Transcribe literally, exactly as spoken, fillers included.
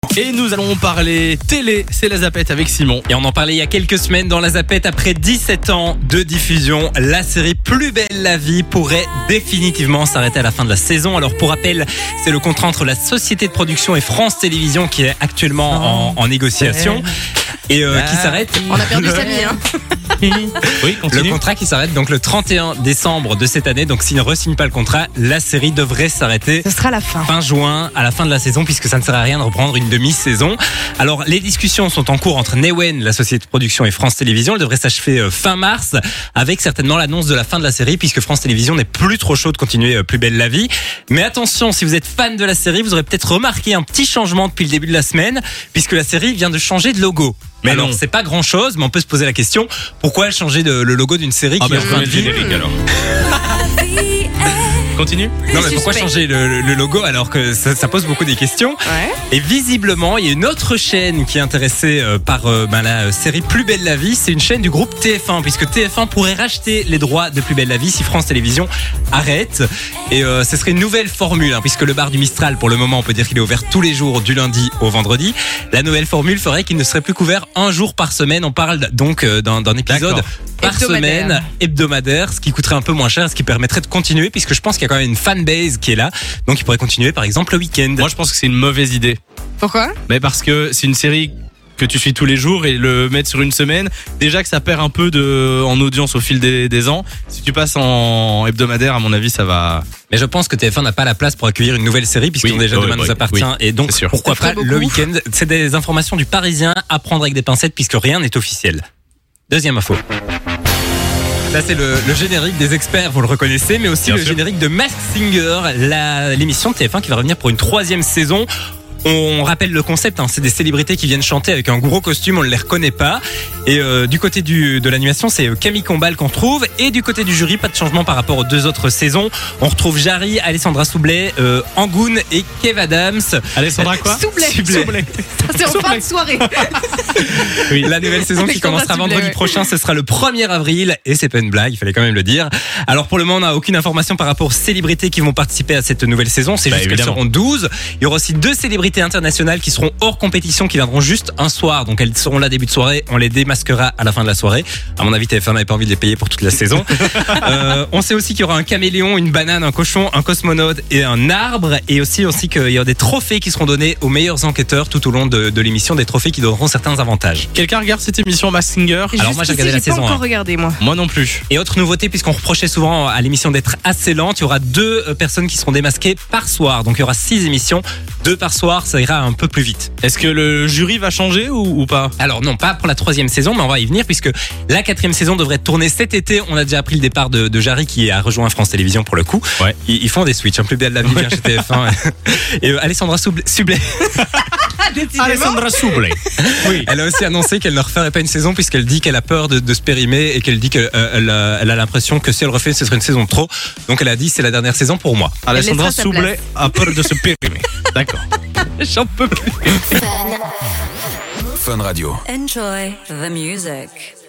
Et nous allons parler télé, c'est la Zapette avec Simon. Et on en parlait il y a quelques semaines dans la Zapette. Après dix-sept ans de diffusion, la série Plus belle la vie pourrait définitivement s'arrêter à la fin de la saison. Alors pour rappel, c'est le contrat entre la société de production et France Télévisions qui est actuellement en, en négociation et euh, qui s'arrête. On a perdu Samy, hein. Oui, continue. Le contrat qui s'arrête donc le trente et un décembre de cette année. Donc s'il ne re-signe pas le contrat, la série devrait s'arrêter Ce sera la fin. fin juin, à la fin de la saison, puisque ça ne sert à rien de reprendre une demi-saison. Alors les discussions sont en cours entre Newen, la société de production, et France Télévisions. Elles devraient s'achever fin mars, avec certainement l'annonce de la fin de la série, puisque France Télévisions n'est plus trop chaud de continuer Plus belle la vie. Mais attention, si vous êtes fan de la série, vous aurez peut-être remarqué un petit changement depuis le début de la semaine, puisque la série vient de changer de logo. Mais alors, non. c'est pas grand chose, mais on peut se poser la question, pourquoi changer de, le logo d'une série Ah qui bah est en je fin mets de le vie? générique alors. Continue. Non mais pourquoi Suspect. changer le, le logo alors que ça, ça pose beaucoup des questions. Ouais. Et visiblement, il y a une autre chaîne qui est intéressée euh, par euh, ben, la série Plus belle la vie. C'est une chaîne du groupe T F un, puisque T F un pourrait racheter les droits de Plus belle la vie si France Télévisions arrête. Et euh, ce serait une nouvelle formule, hein, puisque le bar du Mistral, pour le moment, on peut dire qu'il est ouvert tous les jours du lundi au vendredi. La nouvelle formule ferait qu'il ne serait plus couvert un jour par semaine. On parle donc euh, d'un, d'un épisode D'accord. par Hebdomadaire. semaine, hebdomadaire, ce qui coûterait un peu moins cher, ce qui permettrait de continuer, puisque je pense qu'il y a quand même une fanbase qui est là, donc il pourrait continuer par exemple le week-end. Moi je pense que c'est une mauvaise idée. Pourquoi? Mais parce que c'est une série que tu suis tous les jours et le mettre sur une semaine, déjà que ça perd un peu de, en audience au fil des, des ans. Si tu passes en hebdomadaire, à mon avis, ça va. Mais je pense que T F un n'a pas la place pour accueillir une nouvelle série, puisqu'ils Oui, ont déjà oui, Demain oui, nous appartient, oui, et donc c'est sûr. pourquoi Ça ferait pas le beaucoup. week-end. C'est des informations du Parisien à prendre avec des pincettes, puisque rien n'est officiel. Deuxième info. Là, c'est le, le générique des experts, vous le reconnaissez, mais aussi Bien le sûr. générique de Masked Singer, la, l'émission de T F un qui va revenir pour une troisième saison. On rappelle le concept, hein, c'est des célébrités qui viennent chanter avec un gros costume, on ne les reconnaît pas. Et euh, du côté du, de l'animation, c'est Camille Combal qu'on retrouve. Et du côté du jury, pas de changement par rapport aux deux autres saisons. On retrouve Jarry, Alessandra Soublet, euh, Angoun et Kev Adams. Alessandra quoi? Soublet. Soublet. C'est en fin de soirée. Oui, la nouvelle saison qui Alexandra commencera Soublet, vendredi ouais. prochain, ce sera le premier avril, et c'est pas une blague, il fallait quand même le dire. Alors pour le moment, on n'a aucune information par rapport aux célébrités qui vont participer à cette nouvelle saison, c'est Bah, juste qu'elles évidemment. seront douze. Il y aura aussi deux célébrités internationales qui seront hors compétition, qui viendront juste un soir, donc elles seront là début de soirée, on les démasquera à la fin de la soirée. À mon avis, T F un n'avait pas envie de les payer pour toute la saison. euh, on sait aussi qu'il y aura un caméléon, une banane, un cochon, un cosmonaute et un arbre, et aussi, aussi qu'il y aura des trophées qui seront donnés aux meilleurs enquêteurs tout au long de, de l'émission, des trophées qui donneront certains avantages. Quelqu'un regarde cette émission Masked Singer? Alors, moi, j'ai regardé la Jusqu'ici, saison J'ai pas un. encore regardé, moi. Moi non plus. Et autre nouveauté, puisqu'on reprochait souvent à l'émission d'être assez lente, il y aura deux euh, personnes qui seront démasquées par soir. Donc il y aura six émissions, deux par soir, ça ira un peu plus vite. Est-ce que le jury va changer ou, ou pas? Alors non, pas pour la troisième saison, mais on va y venir, puisque la quatrième saison devrait tourner cet été. On a déjà appris le départ de, de Jarry qui a rejoint France Télévisions pour le coup. Ouais. Ils, ils font des switches, un plus belle la vie vient chez T F un. Et euh, Alessandra Soublet, Sublet, Décidément. Soublet. oui. Elle a aussi annoncé qu'elle ne referait pas une saison, puisqu'elle dit qu'elle a peur de, de se périmer et qu'elle dit qu'elle euh, elle a, elle a l'impression que si elle refait, ce serait une saison de trop. Donc elle a dit c'est la dernière saison pour moi. Alessandra laissera sa Soublet a peur de se périmer. D'accord. J'en peux plus. Enjoy the music.